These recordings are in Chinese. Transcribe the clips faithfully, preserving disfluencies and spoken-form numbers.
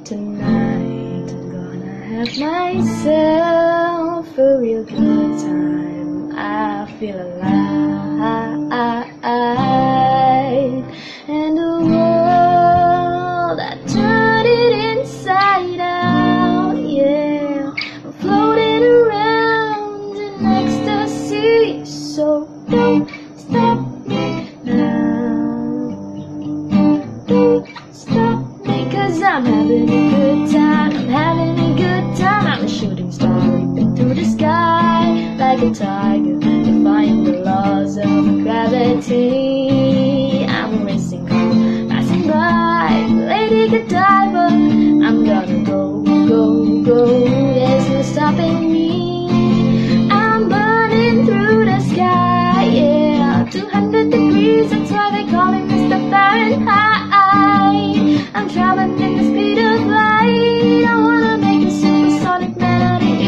tonight. I'm gonna have myself a real good time. I feel alive, and the world, I turn it inside out, yeah. I'm floating around in ecstasy, so don't stop me now. Don't stop me, 'cause I'm having a good time. I'm having a good time. I'm a shooting star leaping through the sky like a tiger, defying the laws of gravity. I'm a racing car passing by, Lady Godiva. I'm gonna go, go, go. There's no stopping me. I'm burning through the sky, yeah. two hundred degrees, that's why they call me Mister Fahrenheit. I'm traveling in the speed of light. I wanna make a supersonic man out of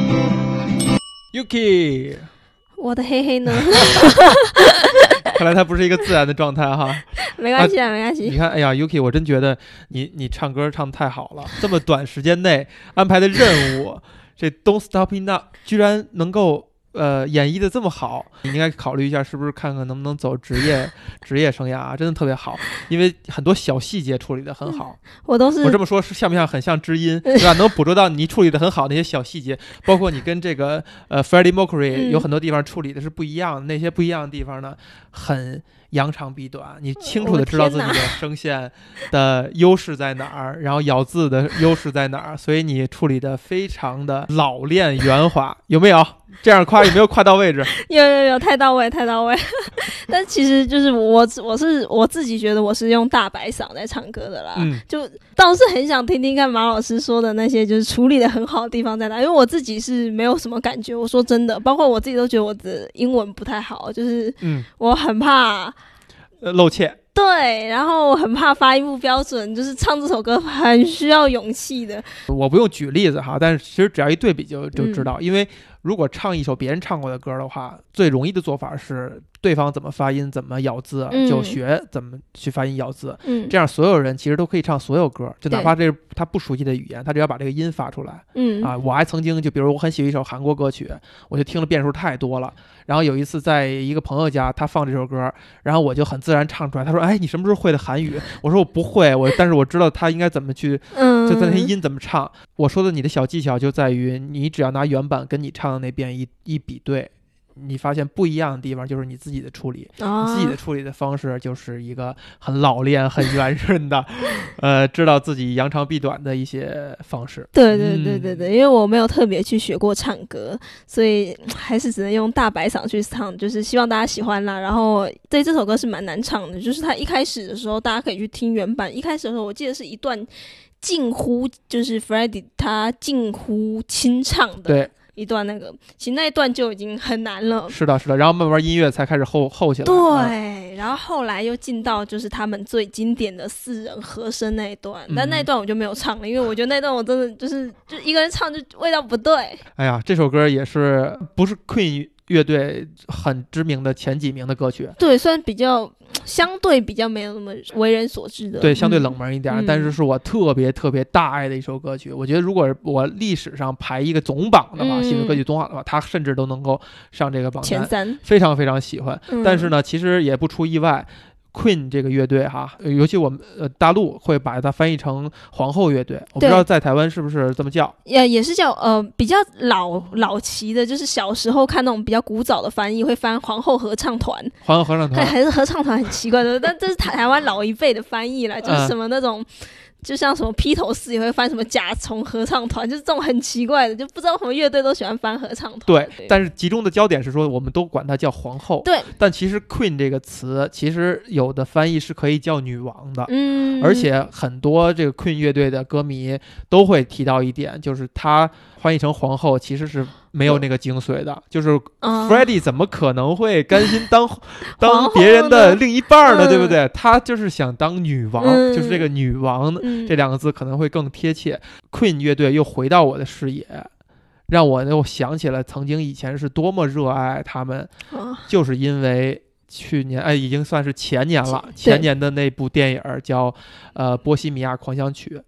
you. Yuki， 我的黑黑呢？ 看来它不是一个自然的状态哈。 没关系啊，没关系。 你看，哎呀 ，Yuki， 我真觉得你你唱歌唱得太好了，这么短时间内安排的任务，这 Don't Stop Me Now 居然能够呃演绎的这么好，你应该考虑一下，是不是看看能不能走职业职业生涯啊？真的特别好，因为很多小细节处理的很好。 我都是我这么说，是像不像很像知音，对吧？能捕捉到你处理的很好那些小细节，包括你跟这个呃 Freddie Mercury 有很多地方处理的是不一样的，嗯、那些不一样的地方呢，很扬长避短，你清楚的知道自己的声线的优势在哪儿，然后咬字的优势在哪儿，所以你处理的非常的老练圆滑，有没有？这样夸有没有夸到位置？ 有有有，太到位，太到位。但其实就是我，我是我自己觉得我是用大白嗓在唱歌的啦，嗯，就倒是很想听听看马老师说的那些，就是处理的很好的地方在哪。因为我自己是没有什么感觉，我说真的，包括我自己都觉得我的英文不太好，就是我很怕、 嗯、露怯。 对，然后很怕发音不标准，就是唱这首歌很需要勇气的。 我不用举例子哈，但是其实只要一对比就就知道、嗯、因为如果唱一首别人唱过的歌的话，最容易的做法是对方怎么发音怎么咬字、嗯、就学怎么去发音咬字、嗯、这样所有人其实都可以唱所有歌，就哪怕这是他不熟悉的语言，他只要把这个音发出来。嗯啊，我还曾经就比如我很喜欢一首韩国歌曲，我就听了遍数太多了，然后有一次在一个朋友家他放这首歌，然后我就很自然唱出来，他说哎你什么时候会的韩语？我说我不会，我但是我知道他应该怎么去就在那些音怎么唱。我说的你的小技巧就在于你只要拿原版跟你唱的那遍一一比对，你发现不一样的地方就是你自己的处理、哦、你自己的处理的方式就是一个很老练很圆润的呃，知道自己扬长避短的一些方式。 对对对对对、嗯、因为我没有特别去学过唱歌，所以还是只能用大白嗓去唱，就是希望大家喜欢啦。然后对这首歌是蛮难唱的，就是它一开始的时候大家可以去听原版，一开始的时候我记得是一段近乎就是 Freddie 他近乎清唱的， 对一段，那个其实那一段就已经很难了。 是的是的，然后慢慢音乐才开始厚厚起来。 对、 嗯、 然后后来又进到就是他们最经典的四人和声那一段、嗯、但那一段我就没有唱了，因为我觉得那段我真的就是就一个人唱就味道不对。 哎呀，这首歌也是不是 Queen 乐队很知名的前几名的歌曲， 对，算比较相对比较没有那么为人所知的， 对，相对冷门一点、嗯、但是是我特别特别大爱的一首歌曲。我觉得如果我历史上排一个总榜的话，新闻歌曲总榜的话，它甚至都能够上这个榜单前三， 非常非常喜欢、 嗯、 但是呢其实也不出意外，Queen 这个乐队哈，尤其我们呃大陆会把它翻译成皇后乐队，我不知道在台湾是不是这么叫， 也也是叫呃比较老老期的，就是小时候看那种比较古早的翻译会翻皇后合唱团， 皇后合唱团还是合唱团，很奇怪的，但这是台湾老一辈的翻译啦，就是什么那种。嗯就像什么披头士也会翻什么甲虫合唱团，就是这种很奇怪的，就不知道什么乐队都喜欢翻合唱团。 对, 对，但是集中的焦点是说我们都管它叫皇后， 对， 但其实 Queen 这个词其实有的翻译是可以叫女王的， 嗯， 而且很多这个 Queen 乐队的歌迷都会提到一点，就是他翻译成皇后其实是没有那个精髓的，就是 Freddie 怎么可能会甘心当、嗯、当别人的另一半呢、嗯、对不对？他就是想当女王、嗯、就是这个女王、嗯、这两个字可能会更贴切。 Queen 乐队又回到我的视野，让我又想起了曾经以前是多么热爱他们、哦、就是因为去年哎，已经算是前年了，前年的那部电影叫呃《波西米亚狂想曲》，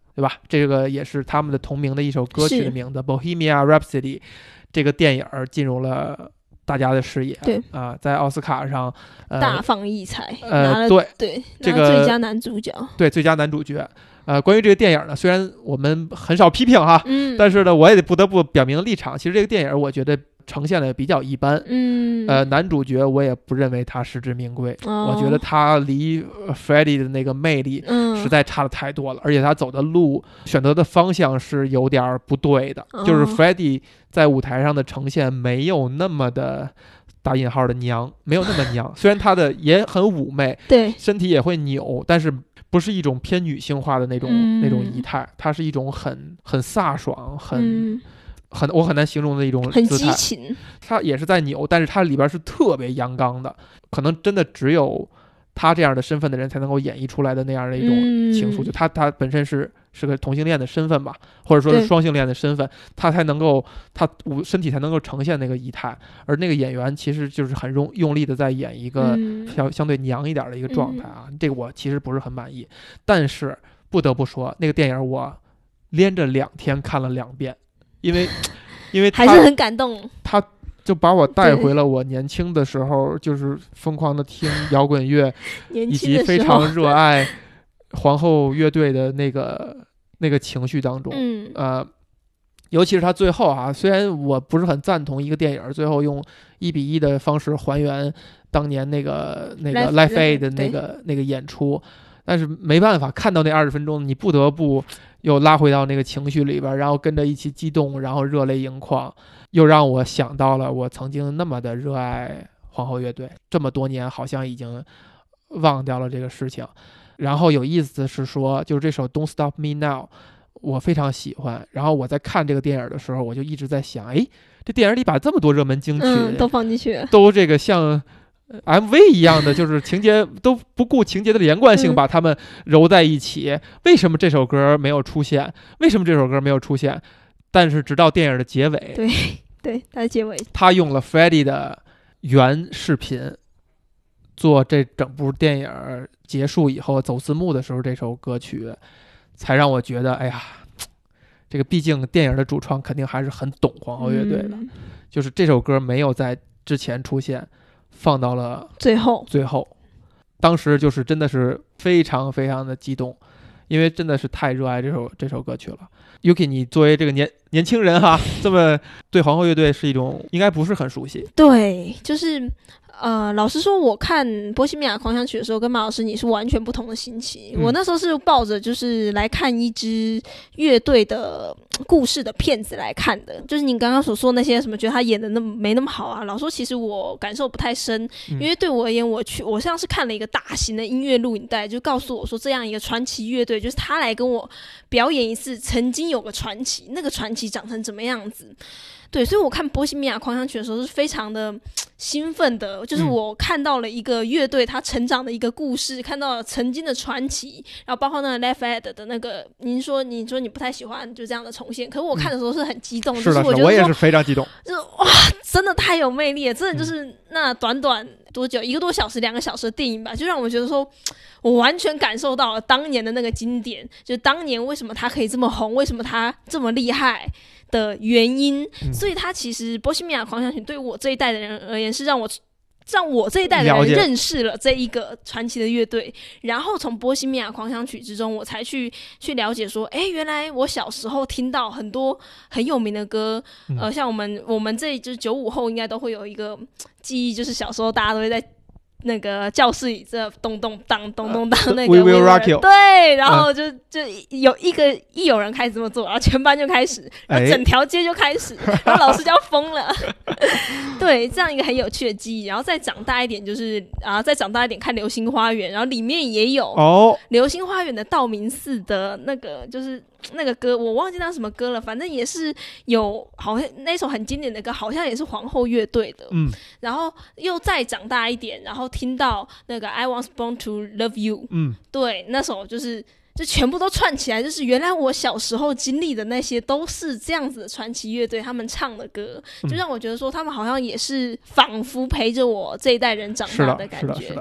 对吧？这个也是他们的同名的一首歌曲的名字 Bohemian Rhapsody， 这个电影进入了大家的视野， 对啊、呃，在奥斯卡上、呃、 大放异彩， 呃，对对， 这个最佳男主角， 对最佳男主角。呃，关于这个电影呢，虽然我们很少批评哈， 嗯， 但是呢，我也得不得不表明立场。其实这个电影我觉得呈现的比较一般， 嗯， 呃，男主角我也不认为他实至名归， 哦、 我觉得他离 Freddie 的那个魅力实在差的太多了，嗯、而且他走的路、选择的方向是有点不对的，哦、就是 Freddie 在舞台上的呈现没有那么的。打引号的娘，没有那么娘，虽然他的也很妩媚， 对， 身体也会扭，但是不是一种偏女性化的那种、嗯、那种仪态，它是一种很很飒爽，很、嗯、很我很难形容的一种姿态， 很激情。 它也是在扭，但是它里边是特别阳刚的，可能真的只有他这样的身份的人才能够演绎出来的那样的一种情愫、嗯、就他他本身是是个同性恋的身份吧，或者说是双性恋的身份，他才能够他身体才能够呈现那个仪态，而那个演员其实就是很用用力的在演一个相、嗯、相对娘一点的一个状态啊、嗯，这个我其实不是很满意，但是不得不说那个电影我连着两天看了两遍，因为因为还是很感动， 他就把我带回了我年轻的时候，就是疯狂的听摇滚乐，以及非常热爱皇后乐队的那个那个情绪当中。嗯，呃，尤其是他最后啊，虽然我不是很赞同一个电影最后用一比一的方式还原当年那个那个 Live Aid 的那个那个演出，但是没办法，看到那二十分钟，你不得不又拉回到那个情绪里边，然后跟着一起激动，然后热泪盈眶。又让我想到了我曾经那么的热爱皇后乐队，这么多年好像已经忘掉了这个事情。然后有意思的是说，就是这首 Don't Stop Me Now 我非常喜欢，然后我在看这个电影的时候我就一直在想，哎，这电影里把这么多热门金曲、 嗯、都放进去， 都这个像 M V 一样的，就是情节都不顾情节的连贯性把它们揉在一起、嗯、为什么这首歌没有出现？为什么这首歌没有出现？但是直到电影的结尾， 对对，它的结尾， 他用了 Freddie 的原视频做这整部电影结束以后走字幕的时候，这首歌曲才让我觉得，哎呀，这个毕竟电影的主创肯定还是很懂皇后乐队的、嗯，就是这首歌没有在之前出现，放到了最后， 最后，当时就是真的是非常非常的激动。因为真的是太热爱这首这首歌曲了。Yuki， 你作为这个年年轻人哈，这么对皇后乐队是一种应该不是很熟悉。 对，就是呃，老实说，我看《波西米亚狂想曲》的时候，跟马老师你是完全不同的心情、嗯。我那时候是抱着就是来看一支乐队的故事的片子来看的，就是你刚刚所说那些什么，觉得他演的那么没那么好啊。老实说，其实我感受不太深，因为对我而言，我去我像是看了一个大型的音乐录影带，就告诉我说这样一个传奇乐队，就是他来跟我表演一次曾经有个传奇，那个传奇长成怎么样子。对，所以我看《波西米亚狂想曲》的时候是非常的兴奋的，就是我看到了一个乐队他成长的一个故事，看到了曾经的传奇，然后包括那个 Live Aid 的那个，您说你说你不太喜欢就这样的重现，可是我看的时候是很激动、嗯、就是我觉得我也是非常激动， 就是哇，真的太有魅力了，真的就是那短短多久一个多小时两个小时的电影吧，就让我觉得说我完全感受到了当年的那个经典，就是当年为什么他可以这么红，为什么他这么厉害的原因、嗯、所以他其实波西米亚狂想曲对我这一代的人而言是让我让我这一代的人认识了这一个传奇的乐队，然后从波西米亚狂想曲之中我才去去了解说，哎，原来我小时候听到很多很有名的歌、嗯、呃，像我们我们这就是九五后应该都会有一个记忆，就是小时候大家都会在那个教室里这咚咚当咚咚当那个 We Will Rock You， 对，然后就、嗯、就有一个一有人开始这么做，然后全班就开始，然后整条街就开始，然后老师就要疯了。对，这样一个很有趣的记忆。然后再长大一点，就是啊，再长大一点看《流星花园》，然后里面也有哦，《流星花园》的道明寺的那个就是那个歌，我忘记那什么歌了，反正也是有好像那首很经典的歌，好像也是皇后乐队的。嗯，然后又再长大一点，然后听到那个 I Was Born to Love You， 嗯，对，那首就是就全部都串起来，就是原来我小时候经历的那些都是这样子的传奇乐队他们唱的歌、嗯、就让我觉得说他们好像也是仿佛陪着我这一代人长大的感觉。 是的，是的，是的。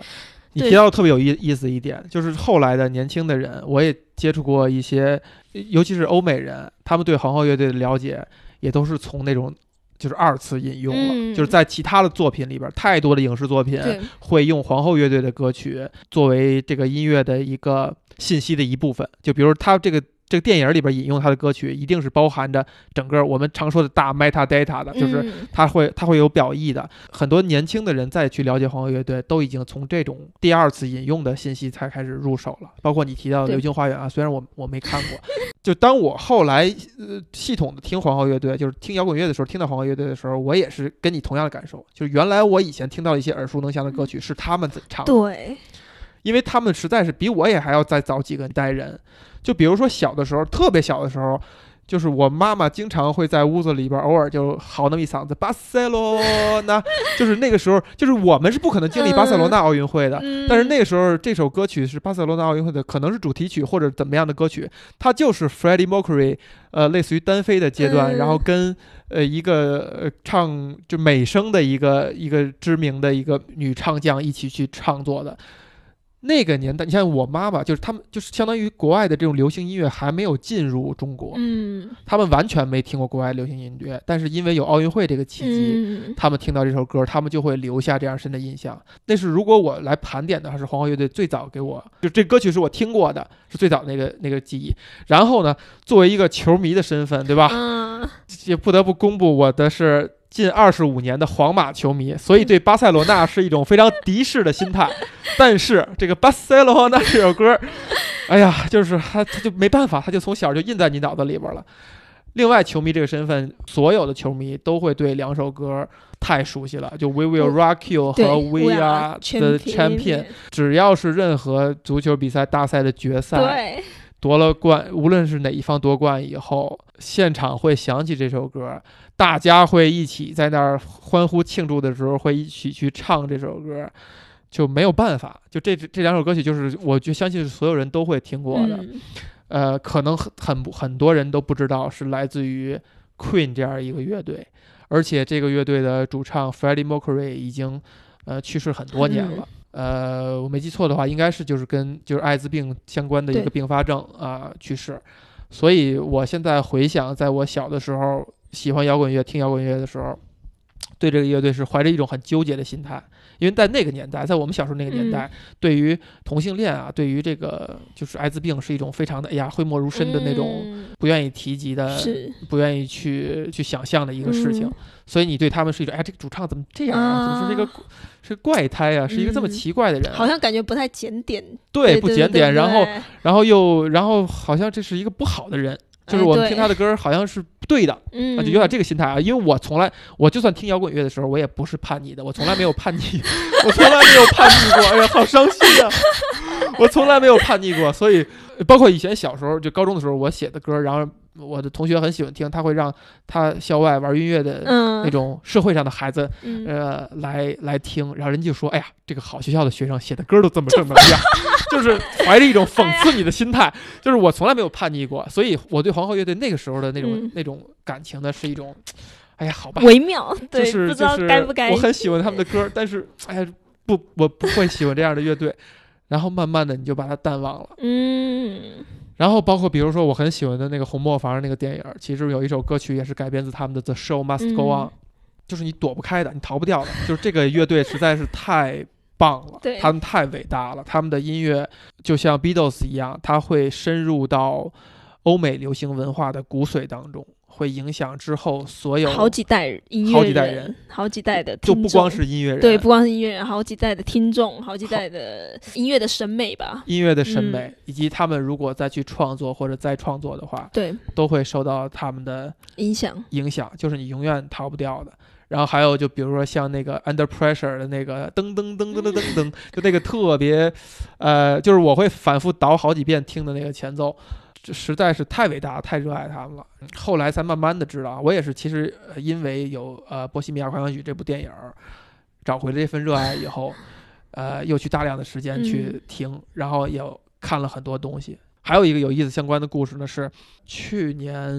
你提到特别有意思一点，就是后来的年轻的人，我也接触过一些，尤其是欧美人，他们对皇后乐队的了解也都是从那种就是二次引用了、嗯、就是在其他的作品里边，太多的影视作品会用皇后乐队的歌曲作为这个音乐的一个信息的一部分，就比如他这个这个电影里边引用他的歌曲，一定是包含着整个我们常说的大 metadata 的，就是他会他会有表意的。很多年轻的人再去了解皇后乐队，都已经从这种第二次引用的信息才开始入手了。包括你提到的《流星花园》啊，虽然我我没看过，就当我后来呃系统的听皇后乐队，就是听摇滚乐的时候，听到皇后乐队的时候，我也是跟你同样的感受，就是原来我以前听到一些耳熟能详的歌曲是他们唱的， 对， 因为他们实在是比我也还要再早几个代人。就比如说小的时候，特别小的时候，就是我妈妈经常会在屋子里边偶尔就嚎那么一嗓子巴塞罗那，就是那个时候，就是我们是不可能经历巴塞罗那奥运会的、嗯、但是那个时候这首歌曲是巴塞罗那奥运会的，可能是主题曲或者怎么样的歌曲，它就是 Freddie Mercury 呃类似于单飞的阶段、嗯、然后跟呃一个呃唱就美声的一个一个知名的一个女唱将一起去创作的。那个年代，你像我妈妈，就是他们，就是相当于国外的这种流行音乐还没有进入中国， 嗯， 他们完全没听过国外流行音乐，但是因为有奥运会这个契机、嗯，他们听到这首歌，他们就会留下这样深的印象。那是如果我来盘点的话，是皇后乐队最早给我，就这歌曲是我听过的，是最早那个那个记忆。然后呢，作为一个球迷的身份，对吧？嗯，也不得不公布我的是近二十五年的皇马球迷，所以对巴塞罗那是一种非常敌视的心态。但是这个巴塞罗那这首歌，哎呀，就是他他就没办法，他就从小就印在你脑子里边了。另外，球迷这个身份，所有的球迷都会对两首歌太熟悉了，就 We Will Rock You 和 We Are the Champion。只要是任何足球比赛大赛的决赛，夺了冠，无论是哪一方夺冠以后，现场会响起这首歌，大家会一起在那儿欢呼庆祝的时候，会一起去唱这首歌。就没有办法，就这这两首歌曲，就是我就相信所有人都会听过的，嗯、呃，可能很很很多人都不知道是来自于 Queen 这样一个乐队，而且这个乐队的主唱 Freddie Mercury 已经呃去世很多年了，嗯、呃，我没记错的话，应该是就是跟就是艾滋病相关的一个并发症啊、呃、去世，所以我现在回想，在我小的时候喜欢摇滚乐、听摇滚乐的时候，对这个乐队是怀着一种很纠结的心态。因为在那个年代，在我们小时候那个年代、嗯、对于同性恋啊，对于这个就是艾滋病是一种非常的哎呀讳莫如深的那种不愿意提及的、嗯、不愿意去去想象的一个事情、嗯、所以你对他们是一种哎这个主唱怎么这样啊，怎么是这个是怪胎啊，是一个这么奇怪的人、啊嗯、 好像感觉不太检点， 对，不检点，然后然后又然后好像这是一个不好的人，就是我们听他的歌好像是不对的，嗯、啊，就有点这个心态啊。因为我从来，我就算听摇滚乐的时候，我也不是叛逆的，我从来没有叛逆，我从来没有叛逆过。哎呀，好伤心啊！我从来没有叛逆过，所以包括以前小时候，就高中的时候，我写的歌，然后我的同学很喜欢听，他会让他校外玩音乐的那种社会上的孩子，嗯、呃，来来听，然后人家就说：“哎呀，这个好学校的学生写的歌都这么正能量。”就是怀着一种讽刺你的心态，就是我从来没有叛逆过，所以我对皇后乐队那个时候的那种、嗯、那种感情呢，是一种，哎呀，好吧， 微妙，对， 就是不知道该不该。 我很喜欢他们的歌，但是哎呀，不，我不会喜欢这样的乐队，然后慢慢的你就把它淡忘了， 嗯。 然后包括比如说我很喜欢的那个红磨坊那个电影，其实有一首歌曲也是改编自他们的 The Show Must Go On，、嗯、就是你躲不开的，你逃不掉的，就是这个乐队实在是太棒了，他们太伟大了，他们的音乐就像 Beatles 一样，它会深入到欧美流行文化的骨髓当中，会影响之后所有好几代音乐人， 好几代人， 好几代的听众， 就不光是音乐人， 对，不光是音乐人，好几代的听众，好几代的音乐的审美吧， 音乐的审美、嗯，以及他们如果再去创作或者再创作的话， 对， 都会受到他们的影响， 影响就是你永远逃不掉的。然后还有就比如说像那个 Under Pressure 的那个噔噔噔噔噔噔噔，就那个特别，呃，就是我会反复倒好几遍听的那个前奏，这实在是太伟大，太热爱他们了。后来才慢慢的知道，我也是其实因为有呃《波西米亚狂想曲》这部电影，找回了这份热爱以后，呃，又去大量的时间去听，嗯、然后也看了很多东西。还有一个有意思相关的故事呢，是去年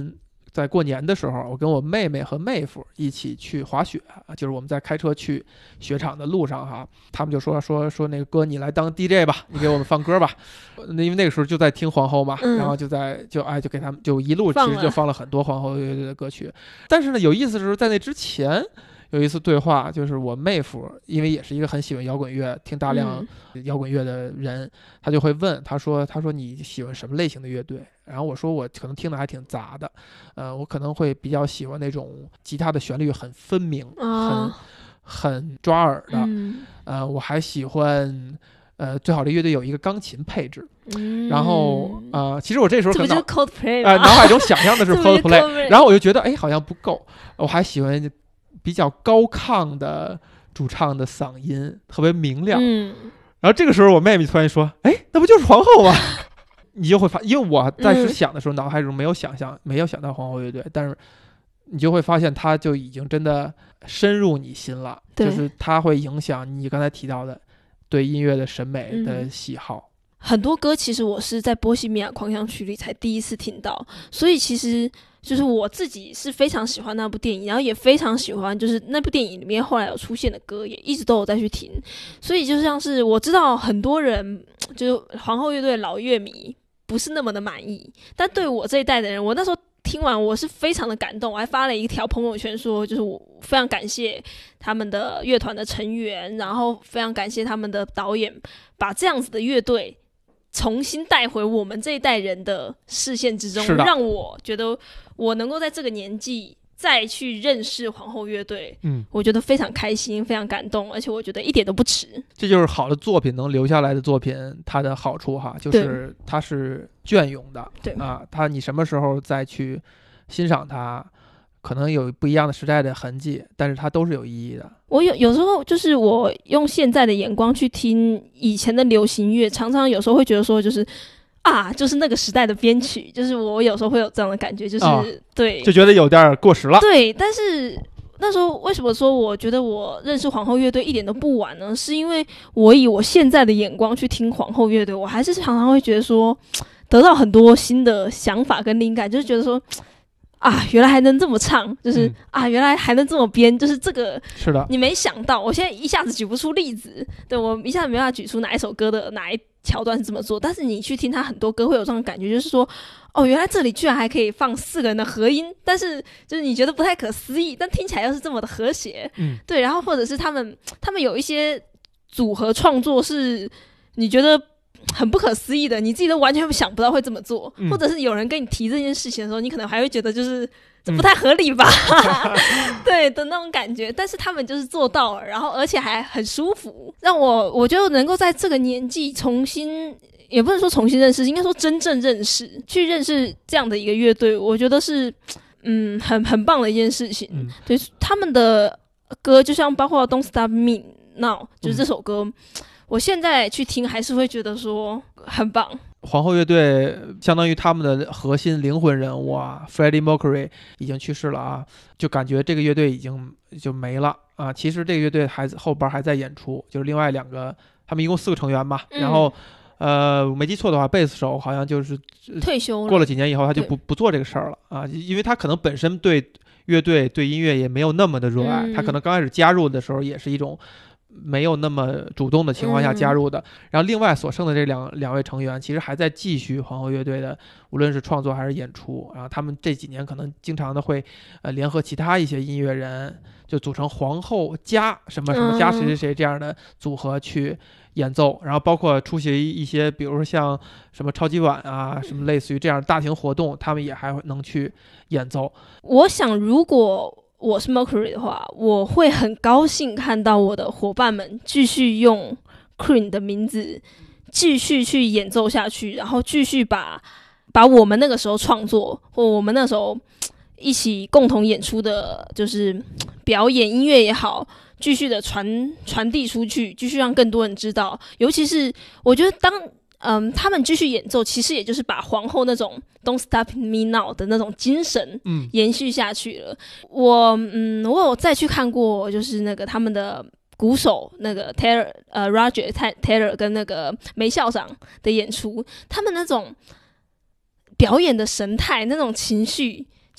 在过年的时候，我跟我妹妹和妹夫一起去滑雪，就是我们在开车去雪场的路上哈，他们就说说说那个哥你来当 D J 吧，你给我们放歌吧。那因为那个时候就在听皇后嘛，嗯、然后就在就哎就给他们就一路其实就放了很多皇后乐队的歌曲。但是呢，有意思的是在那之前。有一次对话，就是我妹夫，因为也是一个很喜欢摇滚乐、听大量摇滚乐的人，嗯、他就会问，他说：“他说你喜欢什么类型的乐队？”然后我说：“我可能听的还挺杂的，呃，我可能会比较喜欢那种吉他的旋律很分明、 哦、 很很抓耳的， 嗯、 呃，我还喜欢。”呃，最好的乐队有一个钢琴配置， 嗯、 然后呃，其实我这时候可能这不就是 Coldplay 呃，脑海中想象的是 Coldplay， 然后我就觉得哎，好像不够，我还喜欢比较高亢的主唱的嗓音，特别明亮。 嗯， 然后这个时候我妹妹突然说：“哎，那不就是皇后吗？”你就会发，因为我在时想的时候，嗯、脑海中没有想象，没有想到皇后乐队，但是你就会发现，它就已经真的深入你心了，就是它会影响你刚才提到的。对音乐的审美的喜好、 嗯，很多歌其实我是在波西米亚狂想曲里才第一次听到，所以其实就是我自己是非常喜欢那部电影，然后也非常喜欢就是那部电影里面后来有出现的歌，也一直都有再去听。所以就像是我知道很多人就是皇后乐队老乐迷不是那么的满意，但对我这一代的人，我那时候听完我是非常的感动，我还发了一条朋友圈说，就是我非常感谢他们的乐团的成员，然后非常感谢他们的导演，把这样子的乐队重新带回我们这一代人的视线之中，让我觉得我能够在这个年纪再去认识皇后乐队，嗯，我觉得非常开心，非常感动，而且我觉得一点都不迟。 这就是好的作品能留下来的作品，它的好处哈，就是它是隽永的， 对啊，它你什么时候再去欣赏它，可能有不一样的时代的痕迹，但是它都是有意义的。 我有有时候就是我用现在的眼光去听以前的流行乐，常常有时候会觉得说，就是啊，就是那个时代的编曲，就是我有时候会有这样的感觉，就是、哦、对， 就觉得有点过时了。 对，但是那时候为什么说我觉得我认识皇后乐队一点都不晚呢？是因为我以我现在的眼光去听皇后乐队，我还是常常会觉得说，得到很多新的想法跟灵感，就是觉得说。啊，原来还能这么唱，就是、嗯、啊，原来还能这么编，就是这个是的， 你没想到，我现在一下子举不出例子，对我一下子没办法举出哪一首歌的哪一桥段是这么做，但是你去听他很多歌会有这种感觉，就是说，哦，原来这里居然还可以放四个人的合音，但是就是你觉得不太可思议，但听起来又是这么的和谐， 嗯， 对，然后或者是他们他们有一些组合创作是你觉得。很不可思议的，你自己都完全想不到会这么做、嗯、或者是有人跟你提这件事情的时候，你可能还会觉得就是这不太合理吧、嗯、对的那种感觉，但是他们就是做到了，然后而且还很舒服，让我我觉得能够在这个年纪重新，也不能说重新认识，应该说真正认识，去认识这样的一个乐队，我觉得是嗯很很棒的一件事情、嗯、对，他们的歌就像包括 Don't Stop Me Now 就是这首歌、嗯，我现在去听还是会觉得说很棒。 皇后乐队相当于他们的核心灵魂人物啊 Freddie Mercury 已经去世了啊，就感觉这个乐队已经就没了啊。其实这个乐队还后边还在演出，就是另外两个，他们一共四个成员嘛、嗯、然后呃我没记错的话，贝斯手好像就是退休了， 过了几年以后他就不不做这个事儿了啊，因为他可能本身对乐队对音乐也没有那么的热爱、嗯、他可能刚开始加入的时候也是一种没有那么主动的情况下加入的、嗯、然后另外所剩的这两两位成员其实还在继续皇后乐队的无论是创作还是演出，然后他们这几年可能经常的会呃联合其他一些音乐人，就组成皇后加什么什么加谁谁谁这样的组合去演奏、嗯、然后包括出席一些比如说像什么超级碗啊什么类似于这样大型活动，他们也还能去演奏。 我想如果我是 Mercury 的话，我会很高兴看到我的伙伴们继续用 Queen 的名字继续去演奏下去，然后继续把把我们那个时候创作或我们那时候一起共同演出的就是表演音乐也好，继续的传传递出去，继续让更多人知道。尤其是我觉得当嗯，他们继续演奏，其实也就是把皇后那种 Don't Stop Me Now 的那种精神延续下去了。嗯、我嗯，我有再去看过，就是那个他们的鼓手那个 Taylor 呃 Roger Taylor 跟那个梅校长的演出，他们那种表演的神态，那种情绪，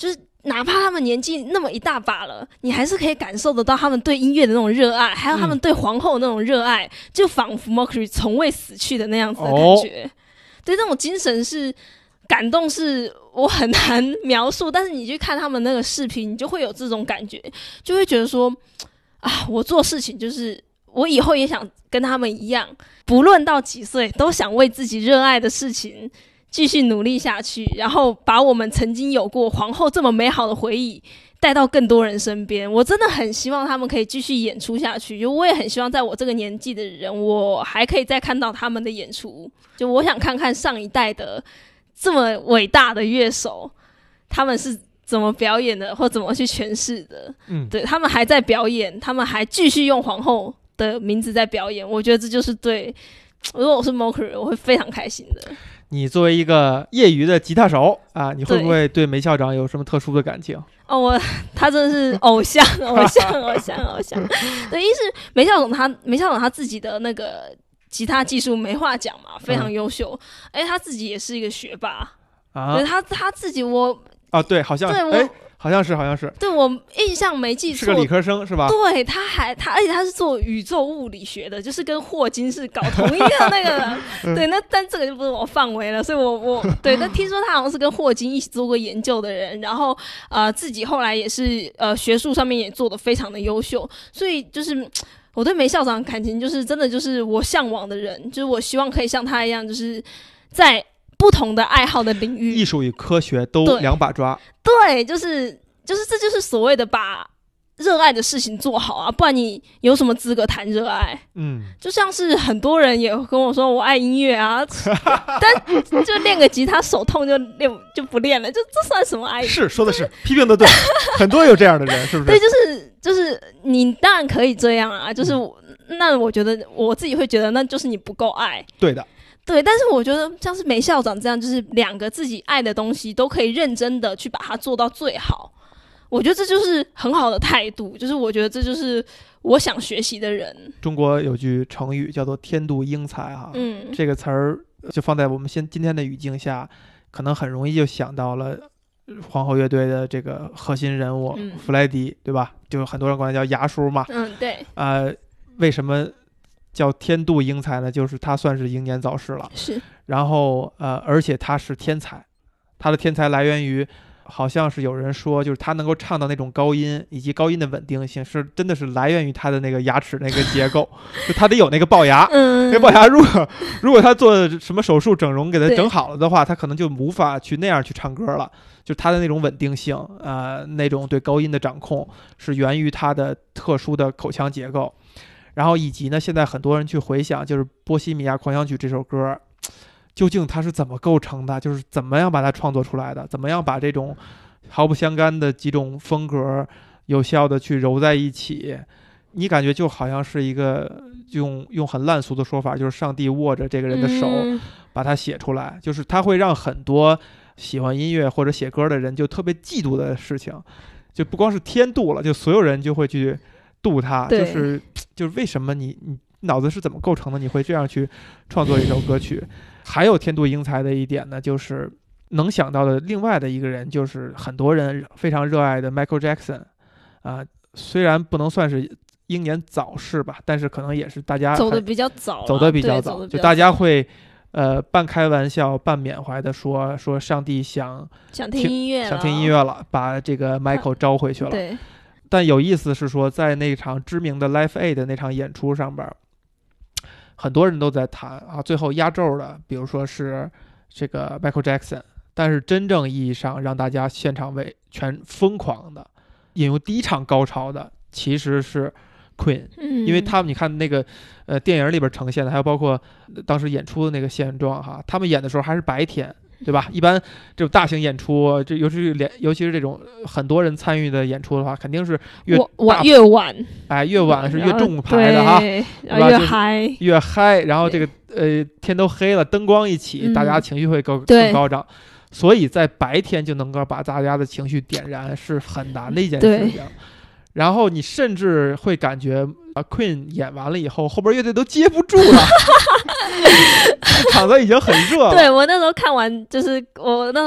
就是哪怕他们年纪那么一大把了，你还是可以感受得到他们对音乐的那种热爱，还有他们对皇后的那种热爱，嗯、就仿佛 Mercury 从未死去的那样子的感觉。哦、对，那种精神是感动，是我很难描述。但是你去看他们那个视频，你就会有这种感觉，就会觉得说啊，我做事情就是我以后也想跟他们一样，不论到几岁，都想为自己热爱的事情继续努力下去，然后把我们曾经有过皇后这么美好的回忆带到更多人身边。我真的很希望他们可以继续演出下去，就我也很希望在我这个年纪的人，我还可以再看到他们的演出。就我想看看上一代的这么伟大的乐手，他们是怎么表演的，或怎么去诠释的。嗯，对，他们还在表演，他们还继续用皇后的名字在表演。我觉得这就是对，如果我是 Mercury， 我会非常开心的。 你作为一个业余的吉他手啊，你会不会对梅校长有什么特殊的感情？ 哦，我他真的是偶像，偶像，偶像，偶像。对，一是梅校长他梅校长他自己的那个吉他技术没话讲嘛，非常优秀。哎、嗯，他自己也是一个学霸啊，对他他自己我啊，对，好像对我。好像是，好像是， 对，我印象没记错， 是个理科生是吧？ 对，他还他，而且他是做宇宙物理学的，就是跟霍金是搞同一个那个，对，那但这个就不是我范围了，所以我我对，但听说他好像是跟霍金一起做过研究的人，然后呃自己后来也是呃学术上面也做得非常的优秀，所以就是我对梅校长的感情就是真的就是我向往的人，就是我希望可以像他一样，就是在不同的爱好的领域， 艺术与科学都两把抓。 对，就是就是这就是所谓的把热爱的事情做好啊，不然你有什么资格谈热爱？嗯，就像是很多人也跟我说我爱音乐啊，但就练个吉他手痛就练就不练了，就这算什么爱？ 是说的是批评的对，很多有这样的人，是不是？ 对，就是就是你当然可以这样啊，就是、嗯、那我觉得我自己会觉得那就是你不够爱。 对的。 对，但是我觉得像是梅校长这样，就是两个自己爱的东西都可以认真的去把它做到最好，我觉得这就是很好的态度，就是我觉得这就是我想学习的人。 中国有句成语叫做天妒英才哈、啊，嗯，这个词儿就放在我们现今天的语境下，可能很容易就想到了皇后乐队的这个核心人物、嗯、弗莱迪，对吧？就很多人管他叫牙叔嘛， 嗯，对， 呃，为什么叫天妒英才呢？就是他算是英年早逝了， 是。 然后呃，而且他是天才，他的天才来源于，好像是有人说，就是他能够唱到那种高音，以及高音的稳定性，是真的是来源于他的那个牙齿那个结构，就他得有那个龅牙，嗯，那龅牙如果如果他做什么手术整容给他整好了的话，他可能就无法去那样去唱歌了。就他的那种稳定性，呃，那种对高音的掌控，是源于他的特殊的口腔结构。然后以及呢，现在很多人去回想，就是《波西米亚狂想曲》这首歌，究竟它是怎么构成的？就是怎么样把它创作出来的？怎么样把这种毫不相干的几种风格有效的去揉在一起？你感觉就好像是一个用用很烂俗的说法，就是上帝握着这个人的手，把它写出来，就是它会让很多喜欢音乐或者写歌的人就特别嫉妒的事情，就不光是天妒了，就所有人就会去妒他，就是就是为什么你你脑子是怎么构成的？你会这样去创作一首歌曲？还有天妒英才的一点呢，就是能想到的另外的一个人，就是很多人非常热爱的 Michael Jackson 啊、呃，虽然不能算是英年早逝吧，但是可能也是大家走得比较早， 走得比较早，就大家会呃半开玩笑半缅怀的说说上帝想想听音乐了， 想听音乐了，把这个 Michael 招回去了。 对。 但有意思是说，在那场知名的 Live Aid 的那场演出上边，很多人都在谈啊，最后压轴的，比如说是这个 Michael Jackson， 但是真正意义上让大家现场为全疯狂的引入第一场高潮的，其实是 Queen，、嗯、因为他们你看那个呃电影里边呈现的，还有包括当时演出的那个现状哈，他们演的时候还是白天。对吧？一般这种大型演出，这尤其是连，尤其是这种很多人参与的演出的话，肯定是越晚越晚， 哎，越晚是越重牌的哈，对吧？ 越嗨， 越嗨，然后这个呃天都黑了，灯光一起，嗯、大家情绪会更更高涨，所以在白天就能够把大家的情绪点燃，是很难的一件事情。然后你甚至会感觉啊 ，Queen 演完了以后，后边乐队都接不住了，场子已经很热了。 对，我那时候看完，就是我那时候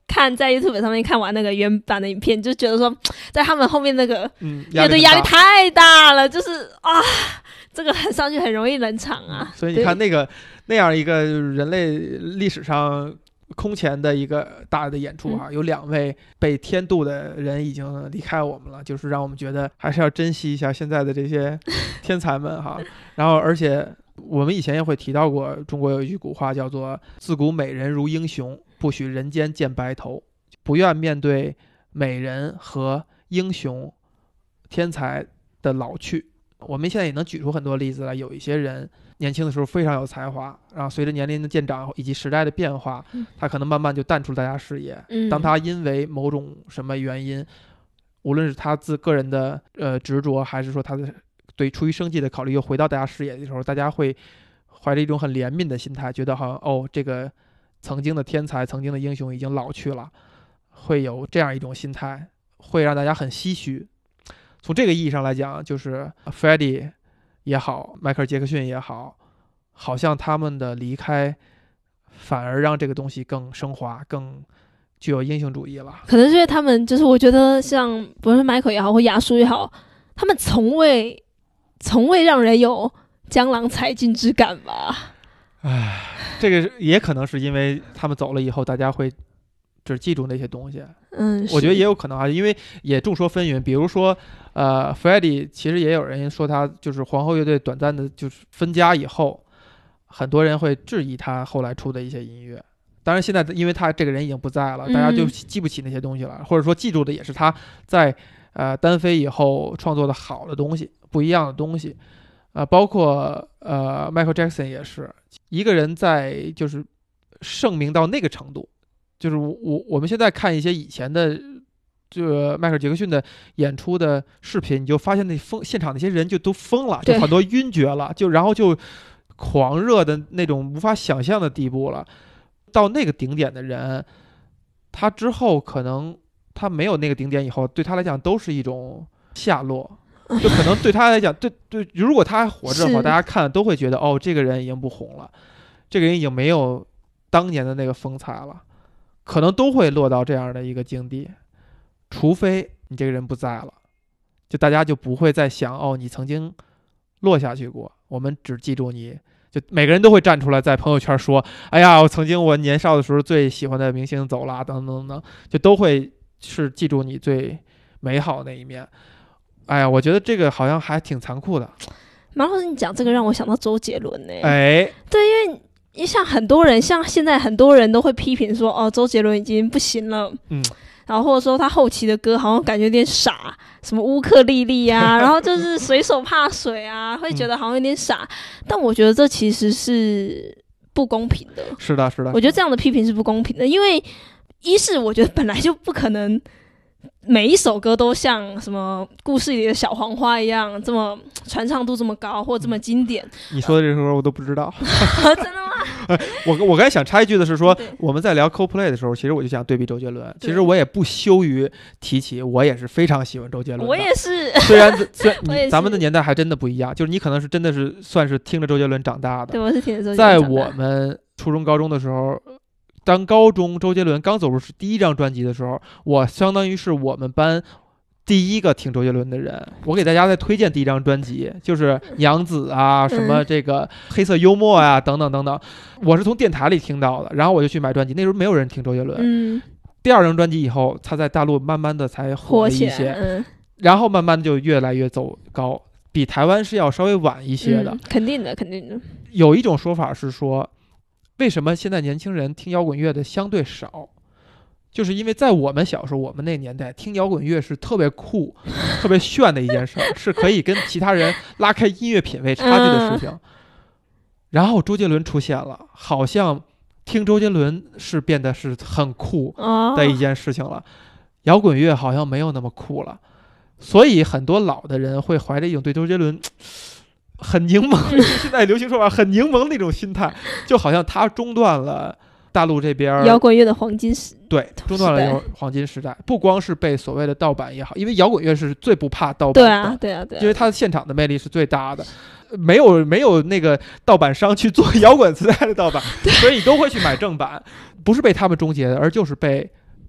看在 YouTube 上面看完那个原版的影片，就觉得说在他们后面那个乐队压力太大了，就是啊，这个很上去很容易冷场啊。 所以你看那个那样一个人类历史上空前的一个大的演出哈、啊嗯，有两位被天妒的人已经离开我们了，就是让我们觉得还是要珍惜一下现在的这些天才们哈。然后而且我们以前也会提到过，中国有一句古话叫做自古美人如英雄，不许人间见白头。不愿面对美人和英雄天才的老去。我们现在也能举出很多例子来，有一些人年轻的时候非常有才华，然后随着年龄的渐长以及时代的变化，他可能慢慢就淡出大家视野。当他因为某种什么原因，无论是他自个人的呃执着，还是说他的对出于生计的考虑又回到大家视野的时候，大家会怀着一种很怜悯的心态，觉得好像哦，这个曾经的天才曾经的英雄已经老去了，会有这样一种心态，会让大家很唏嘘。从这个意义上来讲，就是 Freddie 也好，迈克尔·杰克逊也好，好像他们的离开反而让这个东西更升华，更具有英雄主义了。 可能是因为他们就是我觉得像不论是迈克尔也好或亚叔也好，他们从未从未让人有江郎才尽之感吧。 唉，这个也可能是因为他们走了以后，大家会只记住那些东西。 嗯， 我觉得也有可能啊，因为也众说纷纭。比如说，呃 ，Freddie 其实也有人说他就是皇后乐队短暂的就是分家以后，很多人会质疑他后来出的一些音乐。当然，现在因为他这个人已经不在了，大家就记不起那些东西了，嗯、或者说记住的也是他在呃单飞以后创作的好的东西，不一样的东西。呃，包括呃 Michael Jackson 也是一个人在就是盛名到那个程度。就是我我们现在看一些以前的这个迈克尔·杰克逊的演出的视频，你就发现那疯现场那些人就都疯了，就很多晕厥了，就然后就狂热的那种无法想象的地步了。到那个顶点的人，他之后可能他没有那个顶点以后，对他来讲都是一种下落。就可能对他来讲，对对，如果他还活着的话，大家看都会觉得哦，这个人已经不红了，这个人已经没有当年的那个风采了。可能都会落到这样的一个境地，除非你这个人不在了，就大家就不会再想哦，你曾经落下去过，我们只记住你，就每个人都会站出来在朋友圈说，哎呀，我曾经我年少的时候最喜欢的明星走了，等等等，就都会是记住你最美好的那一面。哎呀，我觉得这个好像还挺残酷的。 马老师，你讲这个让我想到周杰伦呢、欸。 哎， 对，因为。因为像很多人，像现在很多人都会批评说，哦，周杰伦已经不行了， 嗯， 然后或者说他后期的歌好像感觉有点傻，什么乌克丽丽啊，然后就是水手怕水啊，会觉得好像有点傻。嗯、但我觉得这其实是不公平的。 是的，是的。 我觉得这样的批评是不公平的，因为一是我觉得本来就不可能每一首歌都像什么故事里的小黄花一样这么传唱度这么高或这么经典。 你说的这首歌我都不知道。 真的吗？ 我我刚才想插一句的是说，我们在聊 Coldplay 的时候，其实我就想对比周杰伦。其实我也不羞于提起，我也是非常喜欢周杰伦的。 我也是。 虽然虽然你咱们的年代还真的不一样，就是你可能是真的是算是听着周杰伦长大的。 对，我是听着周杰伦长大。在我们初中高中的时候，当高中周杰伦刚走入第一张专辑的时候，我相当于是我们班第一个听周杰伦的人。我给大家再推荐第一张专辑，就是娘子啊，什么这个黑色幽默啊，等等等等。我是从电台里听到的，然后我就去买专辑。那时候没有人听周杰伦。 嗯。 第二张专辑以后，他在大陆慢慢的才火了一些， 嗯、 然后慢慢的就越来越走高，比台湾是要稍微晚一些的。 嗯、肯定的，肯定的。 有一种说法是说，为什么现在年轻人听摇滚乐的相对少？就是因为在我们小时候，我们那年代听摇滚乐是特别酷、特别炫的一件事，是可以跟其他人拉开音乐品味差距的事情。嗯、然后周杰伦出现了，好像听周杰伦是变得是很酷的一件事情了。哦、摇滚乐好像没有那么酷了，所以很多老的人会怀着一种对周杰伦很柠檬，现在流行说法很柠檬那种心态，就好像他中断了大陆这边摇滚乐的黄金时， 对，中断了黄金时代。不光是被所谓的盗版也好，因为摇滚乐是最不怕盗版的， 对啊，对啊，对啊， 因为它的现场的魅力是最大的，没有没有那个盗版商去做摇滚磁带的盗版，所以都会去买正版，不是被他们终结的，而就是被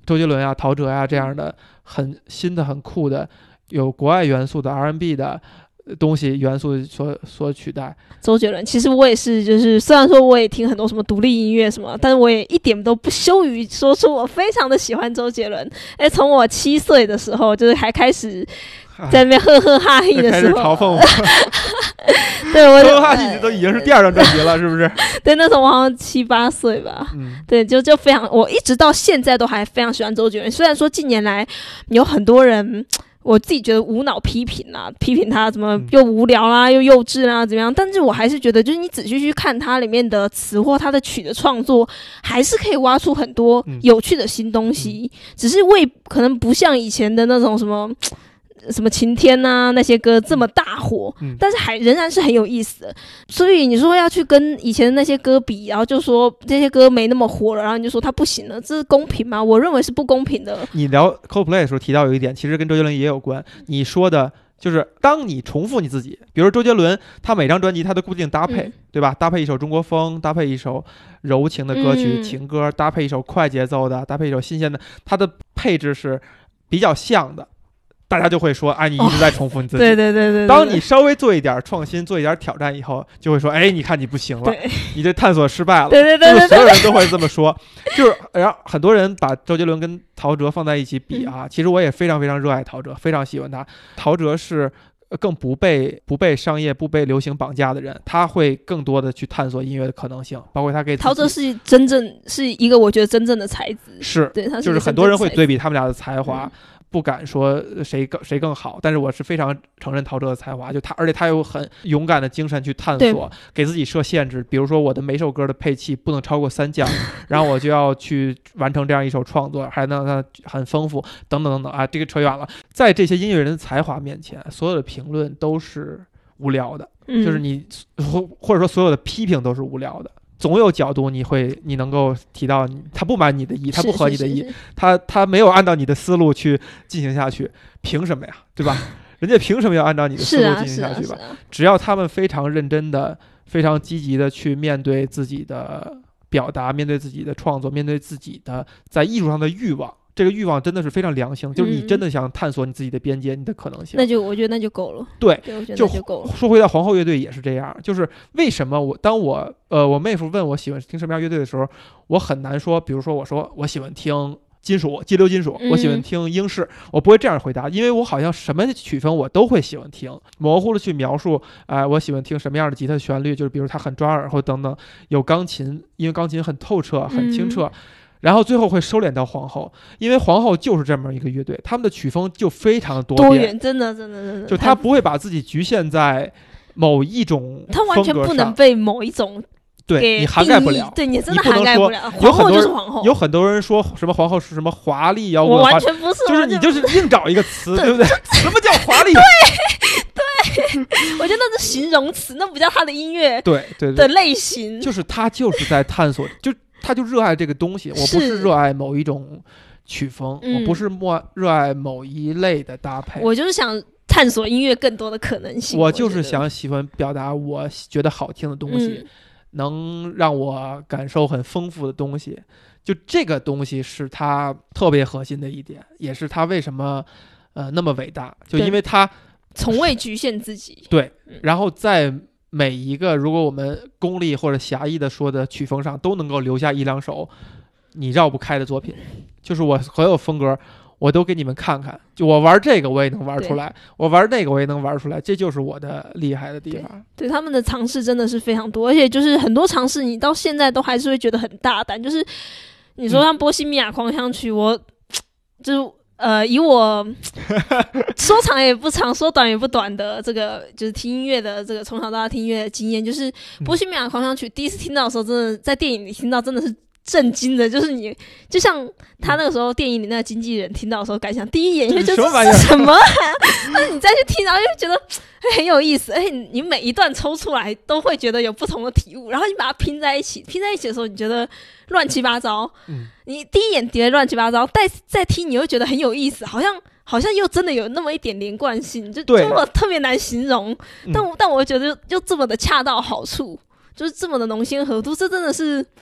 周杰伦啊、陶喆啊这样的很新的、很酷的、有国外元素的 R and B 的东西元素所所取代。 周杰伦，其实我也是，就是虽然说我也听很多什么独立音乐什么，但是我也一点都不羞于说出我非常的喜欢周杰伦。哎，从我七岁的时候，就是还开始在那边呵呵哈嘿的时候， 开始嘲讽我。 对，我呵呵哈嘿都已经是第二张专辑了，是不是？ 对，那时候我好像七八岁吧。嗯，对，就就非常，我一直到现在都还非常喜欢周杰伦。虽然说近年来有很多人，我自己觉得无脑批评啊，批评他怎么又无聊啦、啊、又幼稚啦、啊、怎么样，但是我还是觉得，就是你仔细去看他里面的词或他的曲的创作，还是可以挖出很多有趣的新东西，嗯、只是为可能不像以前的那种什么。什么晴天啊那些歌这么大火、嗯、但是还仍然是很有意思的。所以你说要去跟以前的那些歌比，然后就说这些歌没那么火了，然后你就说它不行了，这是公平吗？我认为是不公平的。 你聊 Coldplay 的时候提到有一点，其实跟周杰伦也有关。你说的就是当你重复你自己，比如周杰伦他每张专辑他都固定搭配、嗯、对吧？搭配一首中国风，搭配一首柔情的歌曲、嗯、情歌，搭配一首快节奏的，搭配一首新鲜的，他的配置是比较像的，大家就会说，哎，你一直在重复你自己。 哦、对, 对, 对对对。 当你稍微做一点创新，做一点挑战以后，就会说，哎，你看你不行了，你这探索失败了。 对对 对, 对, 对, 对， 就是所有人都会这么说。就是，然后很多人把周杰伦跟陶喆放在一起比啊，嗯、其实我也非常非常热爱陶喆，非常喜欢他。陶喆是更不被不被商业、不被流行绑架的人，他会更多的去探索音乐的可能性，包括他给陶喆是真正是一个我觉得真正的才子， 是， 对，他是就是很多人会对比他们俩的才华。嗯，不敢说谁更谁更好，但是我是非常承认陶喆的才华，就他，而且他有很勇敢的精神去探索，给自己设限制，比如说我的每首歌的配器不能超过三降，然后我就要去完成这样一首创作，还能让它很丰富，等等等等啊，这个扯远了。在这些音乐人的才华面前，所有的评论都是无聊的，嗯、就是你或者说所有的批评都是无聊的。总有角度你会你能够提到他不满你的意，他不合你的意，他他没有按照你的思路去进行下去，凭什么呀，对吧？人家凭什么要按照你的思路进行下去吧？ 啊啊啊、 只要他们非常认真的、非常积极的去面对自己的表达，面对自己的创作，面对自己的在艺术上的欲望。这个欲望真的是非常良性，就是你真的想探索你自己的边界，嗯、你的可能性， 那就我觉得那就够了。 对， 对我觉得就那就够了。 说回到皇后乐队也是这样，就是为什么我当我呃我妹夫问我喜欢听什么样乐队的时候，我很难说，比如说我说我喜欢听金属、激流金属，我喜欢听英式，嗯、我不会这样回答，因为我好像什么曲风我都会喜欢听，模糊的去描述，哎、呃，我喜欢听什么样的吉他旋律，就是比如它很抓耳或等等，有钢琴，因为钢琴很透彻、很清澈。嗯，然后最后会收敛到皇后，因为皇后就是这么一个乐队，他们的曲风就非常的多变， 多元，真的真的真的， 就他不会把自己局限在某一种风格上， 他完全不能被某一种对你涵盖不了， 对你真的涵盖不了。 皇后就是皇后， 有很多人说什么皇后是什么华丽摇滚， 我完全不是， 就是你就是硬找一个词，对不对？什么叫华丽？ 对对，我觉得那是形容词，那不叫他的音乐， 对对的类型， 就是他就是在探索，就。他就热爱这个东西，我不是热爱某一种曲风，嗯、我不是莫热爱某一类的搭配， 我就是想探索音乐更多的可能性。 我就是想喜欢表达我觉得好听的东西，嗯、能让我感受很丰富的东西。就这个东西是他特别核心的一点，也是他为什么呃那么伟大，就因为他从未局限自己。 对，然后在每一个如果我们功利或者狭义的说的曲风上都能够留下一两首你绕不开的作品，就是我所有风格我都给你们看看，就我玩这个我也能玩出来，我玩那个我也能玩出来，这就是我的厉害的地方。 对, 对他们的尝试真的是非常多，而且就是很多尝试你到现在都还是会觉得很大胆，就是你说像波西米亚狂想曲，我就是呃，以我说长也不长，说短也不短的这个就是听音乐的这个从小到大听音乐的经验，就是波西米亚狂想曲第一次听到的时候，真的在电影里听到真的是震惊的，就是你就像他那个时候电影里那个经纪人听到的时候感想，第一眼就觉得这是什么啊，但是你再去听，然后就觉得很有意思，而且你每一段抽出来都会觉得有不同的体悟，然后你把它拼在一起，拼在一起的时候你觉得乱七八糟，嗯，你第一眼觉得乱七八糟，再再听你会觉得很有意思，好像好像又真的有那么一点连贯性，就这么特别难形容，但我但我觉得又这么的恰到好处，就是这么的浓鲜合度，这真的是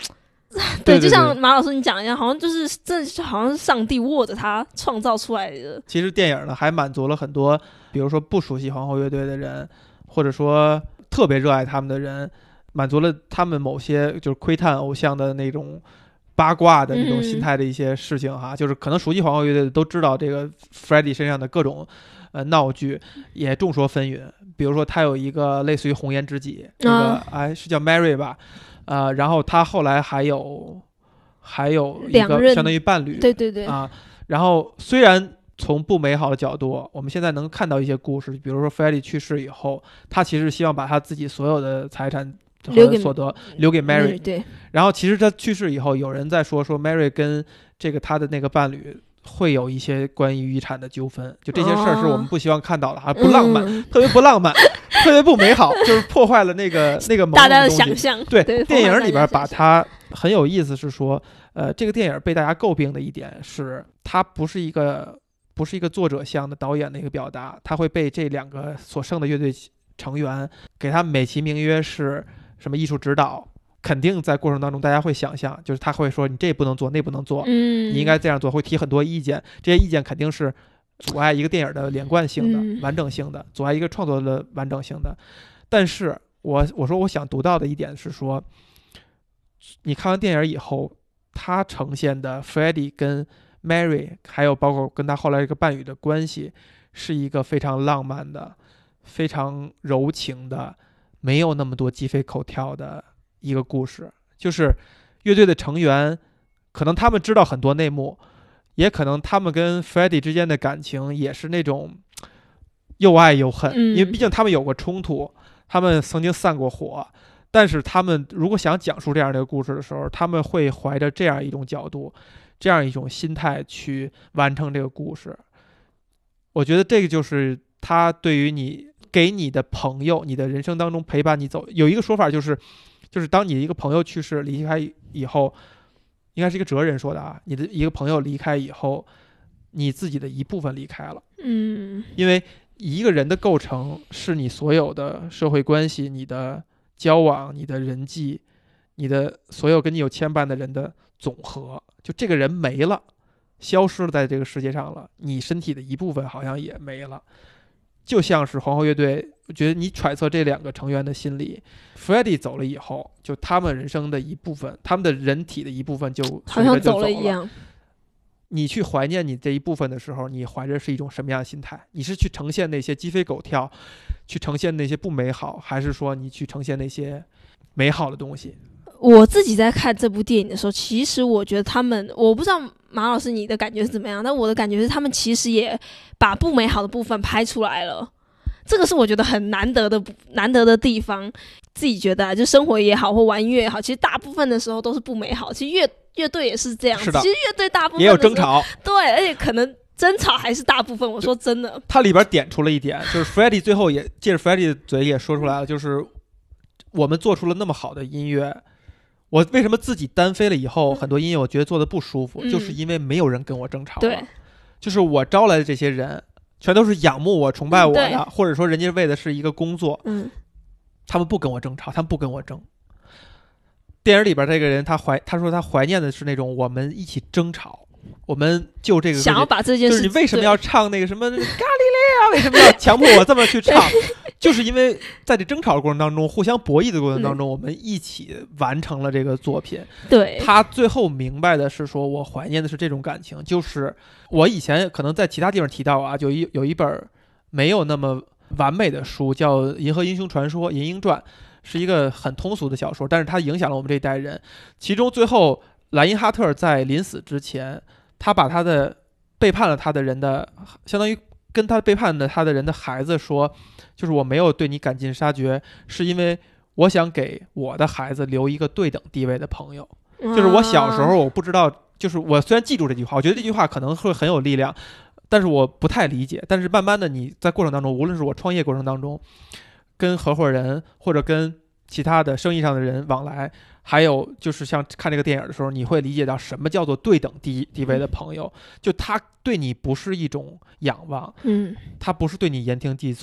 对，就像马老师你讲一样，好像就是这好像是上帝握着他创造出来的。 其实电影呢还满足了很多，比如说不熟悉皇后乐队的人，或者说特别热爱他们的人，满足了他们某些就是窥探偶像的那种八卦的那种心态的一些事情哈，嗯、就是可能熟悉皇后乐队的都知道这个 Freddie 身上的各种呃闹剧，也众说纷纭。比如说他有一个类似于红颜知己，那个哎、啊、是叫 Mary 吧。呃，然后他后来还有还有一个相当于伴侣， 对对对啊。然后虽然从不美好的角度，我们现在能看到一些故事，比如说 Freddie 去世以后，他其实希望把他自己所有的财产留给所得留给 Mary。 对。 然后其实他去世以后，有人在说说 Mary 跟这个他的那个伴侣会有一些关于遗产的纠纷，就这些事儿是我们不希望看到的，还、哦、不浪漫、嗯，特别不浪漫。特别不美好，就是破坏了那个那个朦胧的大家的想象。 对，对电影里边把它很有意思，是说，呃，这个电影被大家诟病的一点是，它不是一个不是一个作者向的导演的一个表达，它会被这两个所剩的乐队成员给他美其名曰是什么艺术指导，肯定在过程当中大家会想象，就是他会说你这不能做，那不能做， 嗯， 你应该这样做，会提很多意见，这些意见肯定是阻碍一个电影的连贯性的、嗯、完整性的，阻碍一个创作的完整性的。但是我我说我想读到的一点是说，你看完电影以后，他呈现的 Freddie 跟 Mary 还有包括跟他后来这个伴侣的关系，是一个非常浪漫的、非常柔情的，没有那么多鸡飞狗跳的一个故事。就是乐队的成员可能他们知道很多内幕，也可能他们跟 Freddie 之间的感情也是那种又爱又恨、嗯、因为毕竟他们有过冲突，他们曾经散过火，但是他们如果想讲述这样的一个故事的时候，他们会怀着这样一种角度，这样一种心态去完成这个故事。我觉得这个就是他对于你给你的朋友，你的人生当中陪伴你走，有一个说法就是就是当你的一个朋友去世离开以后，应该是一个哲人说的啊，你的一个朋友离开以后，你自己的一部分离开了。 嗯， 因为一个人的构成是你所有的社会关系，你的交往，你的人际，你的所有跟你有牵绊的人的总和。就这个人没了，消失在这个世界上了，你身体的一部分好像也没了。就像是皇后乐队，我觉得你揣测这两个成员的心理， Freddie 走了以后，就他们人生的一部分，他们的人体的一部分就好像走了一样。 你去怀念你这一部分的时候，你怀着是一种什么样的心态？你是去呈现那些鸡飞狗跳，去呈现那些不美好，还是说你去呈现那些美好的东西？ 我自己在看这部电影的时候，其实我觉得他们，我不知道马老师你的感觉是怎么样，但我的感觉是他们其实也把不美好的部分拍出来了，这个是我觉得很难得的难得的地方。自己觉得啊，就生活也好或玩音乐也好，其实大部分的时候都是不美好，其实乐乐队也是这样， 是的， 其实乐队大部分也有争吵， 对，而且可能争吵还是大部分。我说真的， 他里边点出了一点，就是 Freddie 最后也借着 Freddie 的嘴也说出来了，就是我们做出了那么好的音乐，我为什么自己单飞了以后、嗯、很多音乐我觉得做的不舒服、嗯、就是因为没有人跟我争吵了。 对， 就是我招来的这些人全都是仰慕我崇拜我的、嗯、或者说人家为的是一个工作， 嗯， 他们不跟我争吵，他们不跟我争。电影里边这个人他怀他说他怀念的是那种我们一起争吵，我们就这个想要把这件事， 就是你为什么要唱那个什么咖喱嘞啊？为什么要强迫我这么去唱？就是因为在这争吵的过程当中，互相博弈的过程当中、嗯，我们一起完成了这个作品。 对， 他最后明白的是说，我怀念的是这种感情，就是我以前可能在其他地方提到啊，有一有一本没有那么完美的书，叫《银河英雄传说》《银鹰传》，是一个很通俗的小说，但是它影响了我们这一代人。其中最后莱因哈特在临死之前，他把他的背叛了他的人的，相当于跟他背叛的他的人的孩子说，就是我没有对你赶尽杀绝，是因为我想给我的孩子留一个对等地位的朋友。就是我小时候我不知道，就是我虽然记住这句话，我觉得这句话可能会很有力量，但是我不太理解。但是慢慢的你在过程当中，无论是我创业过程当中跟合伙人或者跟其他的生意上的人往来，还有就是像看这个电影的时候，你会理解到什么叫做对等地地位的朋友，就他对你不是一种仰望， 嗯， 他不是对你言听计从，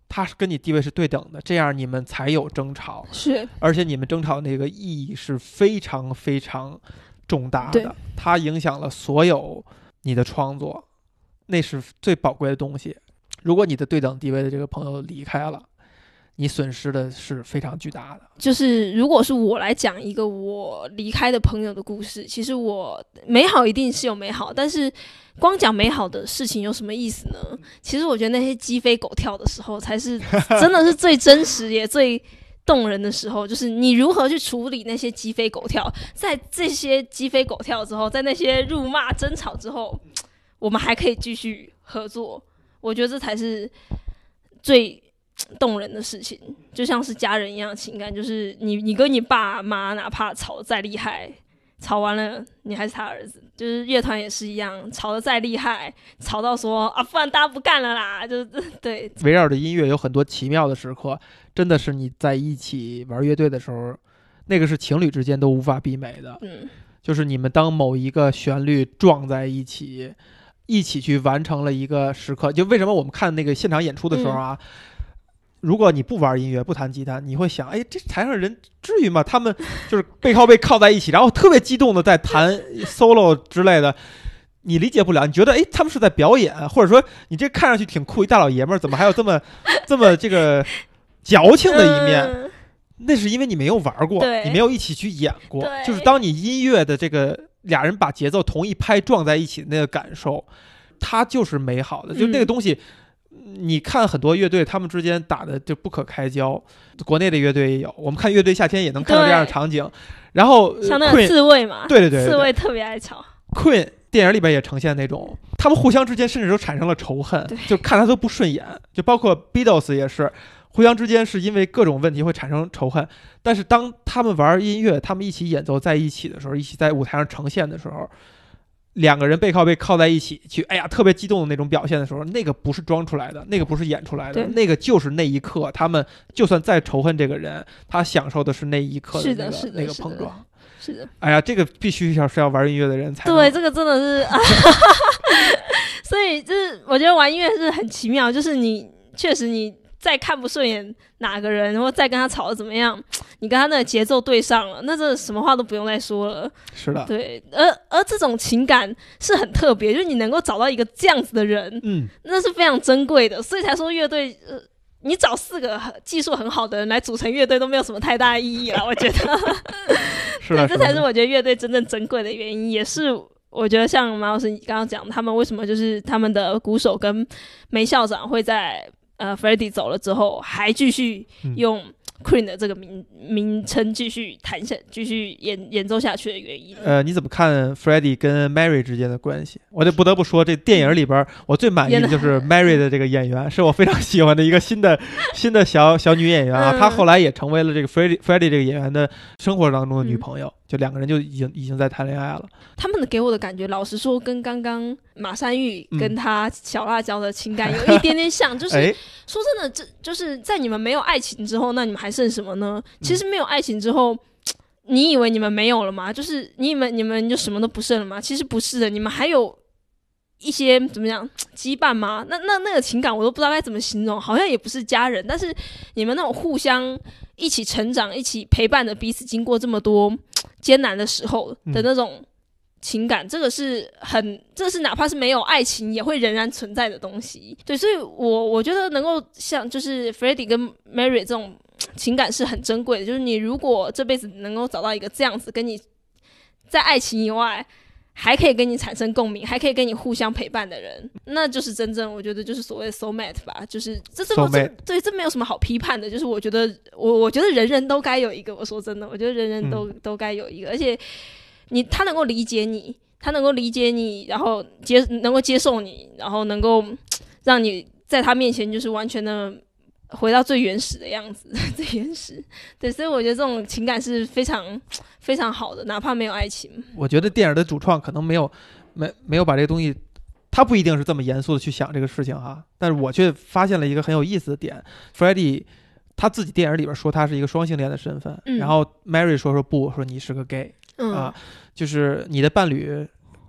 他跟你地位是对等的，这样你们才有争吵。 是， 而且你们争吵的那个意义是非常非常重大的，它影响了所有你的创作，那是最宝贵的东西。如果你的对等地位的这个朋友离开了，你损失的是非常巨大的。 就是如果是我来讲一个我离开的朋友的故事，其实我美好一定是有美好，但是光讲美好的事情有什么意思呢？其实我觉得那些鸡飞狗跳的时候才是真的是最真实也最动人的时候，就是你如何去处理那些鸡飞狗跳，在这些鸡飞狗跳之后，在那些辱骂争吵之后，我们还可以继续合作，我觉得这才是最动人的事情，就像是家人一样的情感，就是你你跟你爸妈哪怕吵得再厉害，吵完了你还是他儿子，就是乐团也是一样，吵得再厉害，吵到说啊不然大家不干了啦，就是对。 围绕着音乐有很多奇妙的时刻，真的是你在一起玩乐队的时候，那个是情侣之间都无法媲美的。 嗯， 就是你们当某一个旋律撞在一起，一起去完成了一个时刻。就为什么我们看那个现场演出的时候啊，嗯，如果你不玩音乐不弹吉他，你会想，哎，这台上人至于吗？他们就是背靠背靠在一起，然后特别激动的在弹 solo 之类的，你理解不了，你觉得哎他们是在表演，或者说你这看上去挺酷，一大老爷们儿怎么还有这么这么这个矫情的一面，嗯，那是因为你没有玩过，你没有一起去演过。就是当你音乐的这个俩人把节奏同一拍撞在一起的那个感受，它就是美好的。就那个东西，嗯，你看很多乐队他们之间打的就不可开交，国内的乐队也有，我们看乐队夏天也能看到这样的场景。然后像那个刺猬嘛， 对对 对, 对, 对， 刺猬特别爱吵。 Queen 电影里边也呈现那种他们互相之间甚至都产生了仇恨，就看他都不顺眼。就包括 Beatles 也是互相之间是因为各种问题会产生仇恨，但是当他们玩音乐，他们一起演奏在一起的时候，一起在舞台上呈现的时候，两个人背靠背靠在一起去，哎呀特别激动的那种表现的时候，那个不是装出来的，那个不是演出来的，那个就是那一刻他们就算再仇恨这个人，他享受的是那一刻的那个是的那个碰撞。 是的， 哎呀，这个必须要是要玩音乐的人才对，这个真的是所以就是我觉得玩音乐是很奇妙，就是你确实你再看不顺眼哪个人，然后再跟他吵得怎么样，你跟他那个节奏对上了，那这什么话都不用再说了。 是的， 对，而而这种情感是很特别，就是你能够找到一个这样子的人， 嗯， 那是非常珍贵的，所以才说乐队，呃，你找四个技术很好的人来组成乐队都没有什么太大意义啦，我觉得。 是的， 对，这才是我觉得乐队真正珍贵的原因，也是我觉得像马老师你刚刚讲，他们为什么就是他们的鼓手跟梅校长会在呃 Freddie 走了之后还继续用 Queen 的这个名名称继续弹下继续演演奏下去的原因。 呃，你怎么看 Freddie 跟 Mary 之间的关系？我就不得不说，这电影里边我最满意的就是 Mary 的这个演员，是我非常喜欢的一个新的新的小小女演员啊。她、嗯、后来也成为了这个 Freddie Freddie 这个演员的生活当中的女朋友。嗯，就两个人就已经已经在谈恋爱了。 他们的给我的感觉，老实说，跟刚刚马山玉跟他小辣椒的情感有一点点像。嗯、就是说真的，这就是在你们没有爱情之后，那你们还剩什么呢？其实没有爱情之后，嗯、你以为你们没有了吗？就是你们你们就什么都不剩了吗？其实不是的，你们还有一些怎么讲羁绊吗？那那那个情感我都不知道该怎么形容，好像也不是家人，但是你们那种互相一起成长、一起陪伴的彼此，经过这么多艰难的时候的那种情感，嗯、这个是很，这是哪怕是没有爱情也会仍然存在的东西。对，所以我我觉得能够像就是 Freddie 跟 Mary 这种情感是很珍贵的，就是你如果这辈子能够找到一个这样子跟你在爱情以外还可以跟你产生共鸣，还可以跟你互相陪伴的人，那就是真正我觉得就是所谓的 soulmate 吧，就是这这这对这没有什么好批判的，就是我觉得我我觉得人人都该有一个，我说真的，我觉得人人都、嗯、都该有一个，而且你他能够理解你，他能够理解你，然后接能够接受你，然后能够让你在他面前就是完全的回到最原始的样子，最原始。对，所以我觉得这种情感是非常非常好的，哪怕没有爱情。 我觉得电影的主创可能没有没没有把这个东西，他不一定是这么严肃的去想这个事情哈，但是我却发现了一个很有意思的点。Freddie 他自己电影里边说他是一个双性恋的身份，嗯、然后 Mary 说说不，说你是个 gay、嗯、啊，就是你的伴侣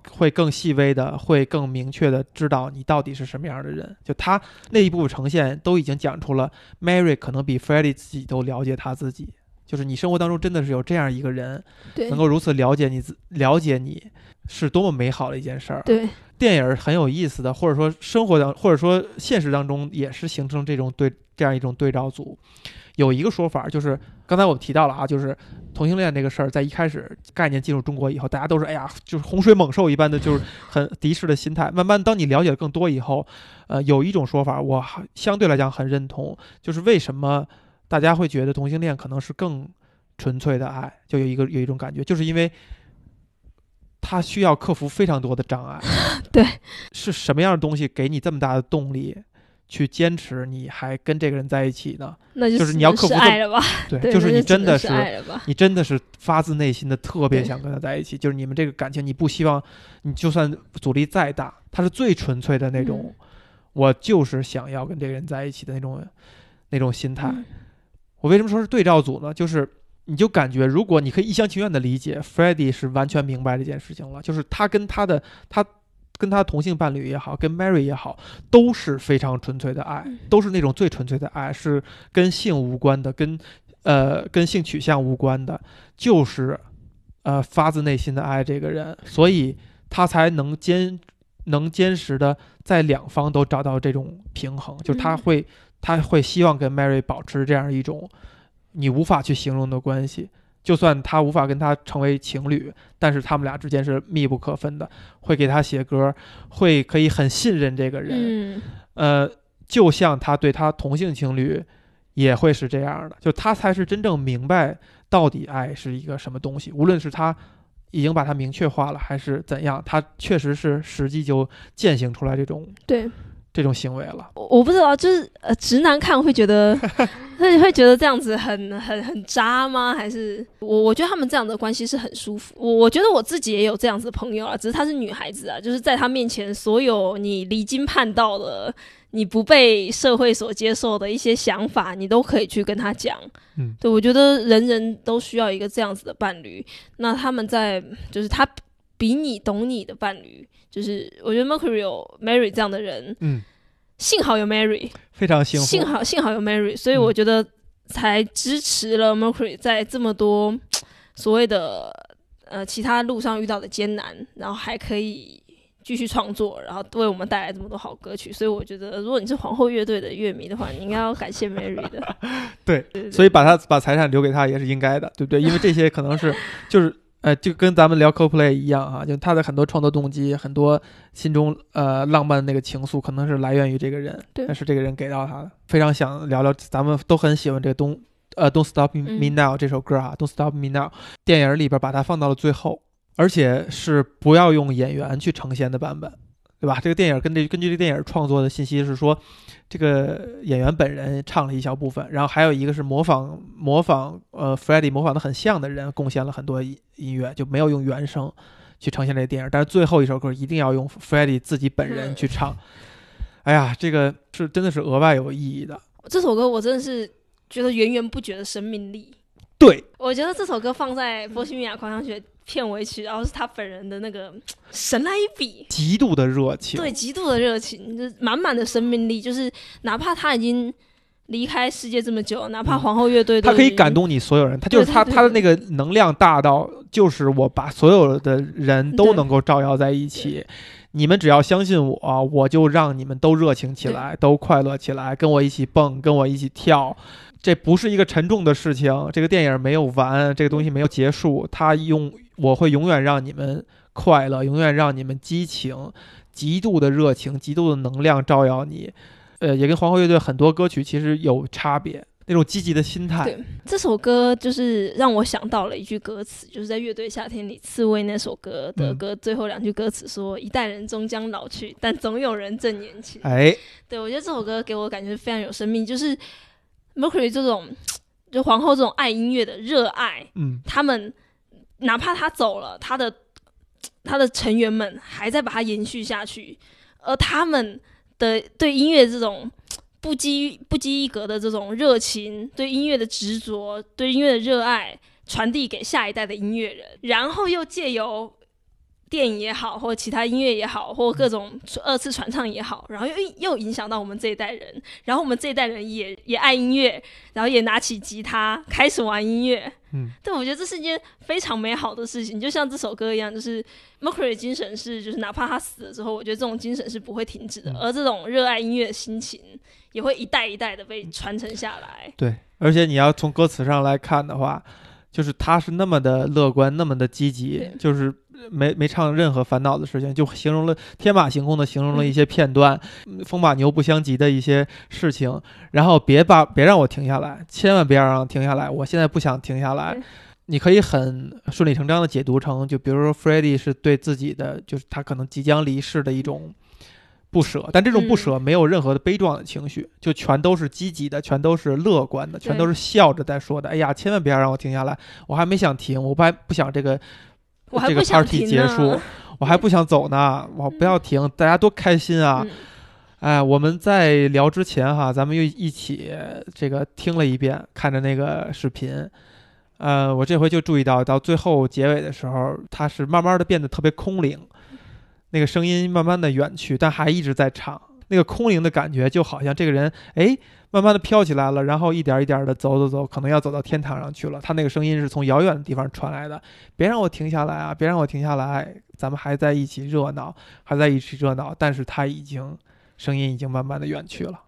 会更细微的，会更明确的知道你到底是什么样的人。就他那一部分呈现都已经讲出了 Mary 可能比 Freddie 自己都了解他自己，就是你生活当中真的是有这样一个人，能够如此了解你，了解你是多么美好的一件事儿。 对， 电影很有意思的，或者说生活当，或者说现实当中也是形成这种对这样一种对照组。有一个说法就是刚才我们提到了啊，就是同性恋这个事儿，在一开始概念进入中国以后，大家都是哎呀，就是洪水猛兽一般的，就是很敌视的心态。慢慢当你了解的更多以后，呃，有一种说法我相对来讲很认同，就是为什么大家会觉得同性恋可能是更纯粹的爱，就有一个有一种感觉，就是因为他需要克服非常多的障碍。 对， 是什么样的东西给你这么大的动力去坚持你还跟这个人在一起呢？ 那就是, 就是你要克服爱了吧。 对， 对， 就是你真的是, 是是你真的是发自内心的特别想跟他在一起，就是你们这个感情你不希望，你就算阻力再大，他是最纯粹的那种、嗯、我就是想要跟这个人在一起的那种那种心态、嗯、我为什么说是对照组呢？就是你就感觉如果你可以一厢情愿的理解 Freddie 是完全明白这件事情了，就是他跟他的他跟他同性伴侣也好，跟 Mary 也好，都是非常纯粹的爱，都是那种最纯粹的爱，是跟性无关的，跟呃跟性取向无关的，就是呃发自内心的爱这个人，所以他才能坚能坚实的在两方都找到这种平衡，就是他会他会希望跟 Mary 保持这样一种你无法去形容的关系。就算他无法跟他成为情侣，但是他们俩之间是密不可分的，会给他写歌，会可以很信任这个人、嗯、呃，就像他对他同性情侣也会是这样的，就他才是真正明白到底爱是一个什么东西，无论是他已经把它明确化了还是怎样，他确实是实际就践行出来这种对这种行为了。 我不知道，就是呃，直男看会觉得会会觉得这样子很很很渣吗？还是我我觉得他们这样的关系是很舒服。我我觉得我自己也有这样子的朋友啊，只是她是女孩子啊，就是在她面前，所有你离经叛道的、你不被社会所接受的一些想法，你都可以去跟她讲。嗯，对，我觉得人人都需要一个这样子的伴侣。那他们在就是他比你懂你的伴侣。就是我觉得 Mercury 有 Mary 这样的人，嗯，幸好有 Mary， 非常幸福， 幸好幸好有 Mary， 所以我觉得才支持了 Mercury 在这么多所谓的呃其他路上遇到的艰难，然后还可以继续创作，然后为我们带来这么多好歌曲。所以我觉得，如果你是皇后乐队的乐迷的话，你应该要感谢 Mary 的。 对，对对对，所以把他把财产留给他也是应该的，对不对？因为这些可能是就是。呃，就跟咱们聊 Coldplay 一样哈，就他的很多创作动机，很多心中呃浪漫的那个情愫，可能是来源于这个人，但是这个人给到他的。非常想聊聊，咱们都很喜欢这个东呃 Don't Stop Me Now 这首歌啊、嗯、，Don't Stop Me Now， 电影里边把它放到了最后，而且是不要用演员去呈现的版本，对吧？这个电影根据根据这个电影创作的信息是说，这个演员本人唱了一小部分，然后还有一个是模仿模仿呃 Freddie 模仿的很像的人贡献了很多音乐，就没有用原声去呈现这个电影，但是最后一首歌一定要用 Freddie 自己本人去唱。哎呀，这个是真的是额外有意义的。 这首歌我真的是觉得源源不绝的生命力。 对， 我觉得这首歌放在《波西米亚狂想曲》片尾曲，然后是他本人的那个神来一笔， 极度的热情， 对，极度的热情，就是满满的生命力，就是哪怕他已经离开世界这么久，哪怕皇后乐队、嗯， 他可以感动你所有人，他就是他他的那个能量大到，就是我把所有的人都能够照耀在一起。你们只要相信我，我就让你们都热情起来，都快乐起来，跟我一起蹦，跟我一起跳。这不是一个沉重的事情，这个电影没有完，这个东西没有结束，它用我会永远让你们快乐，永远让你们激情，极度的热情，极度的能量照耀你。呃，也跟皇后乐队很多歌曲其实有差别，那种积极的心态。 对，这首歌就是让我想到了一句歌词，就是在乐队夏天里刺猬那首歌的歌、嗯、最后两句歌词说，一代人终将老去，但总有人正年轻。 哎， 对，我觉得这首歌给我感觉非常有生命，就是 Mercury 这种就皇后这种爱音乐的热爱，嗯，他们哪怕他走了，他的他的成员们还在把它延续下去，而他们的对音乐这种不羁不羁一格的这种热情，对音乐的执着，对音乐的热爱传递给下一代的音乐人，然后又借由电影也好，或者其他音乐也好，或各种二次传唱也好，然后又又影响到我们这一代人，然后我们这一代人也也爱音乐，然后也拿起吉他开始玩音乐。 嗯， 对，我觉得这是一件非常美好的事情，就像这首歌一样，就是 Mercury 的精神是，就是哪怕他死了之后，我觉得这种精神是不会停止的，嗯、而这种热爱音乐的心情也会一代一代的被传承下来。 对，而且你要从歌词上来看的话，就是他是那么的乐观，那么的积极，就是没没唱任何烦恼的事情，就形容了天马行空的形容了一些片段，嗯、风马牛不相及的一些事情，然后别把别让我停下来，千万别让我停下来，我现在不想停下来。你可以很顺理成章的解读成，就比如说 Freddie 是对自己的，就是他可能即将离世的一种不舍，但这种不舍没有任何的悲壮的情绪，嗯、就全都是积极的，全都是乐观的，全都是笑着在说的。哎呀，千万别让我停下来，我还没想停，我还不想这个我还这个 party 结束，我还不想走呢，我不要停，大家多开心啊！嗯、哎，我们在聊之前哈，咱们又一起这个听了一遍，看着那个视频。呃，我这回就注意到，到最后结尾的时候，它是慢慢的变得特别空灵，那个声音慢慢的远去，但还一直在唱。那个空灵的感觉，就好像这个人，哎，慢慢的飘起来了，然后一点一点的走走走，可能要走到天堂上去了。他那个声音是从遥远的地方传来的，别让我停下来啊，别让我停下来，咱们还在一起热闹，还在一起热闹，但是他已经声音已经慢慢的远去了。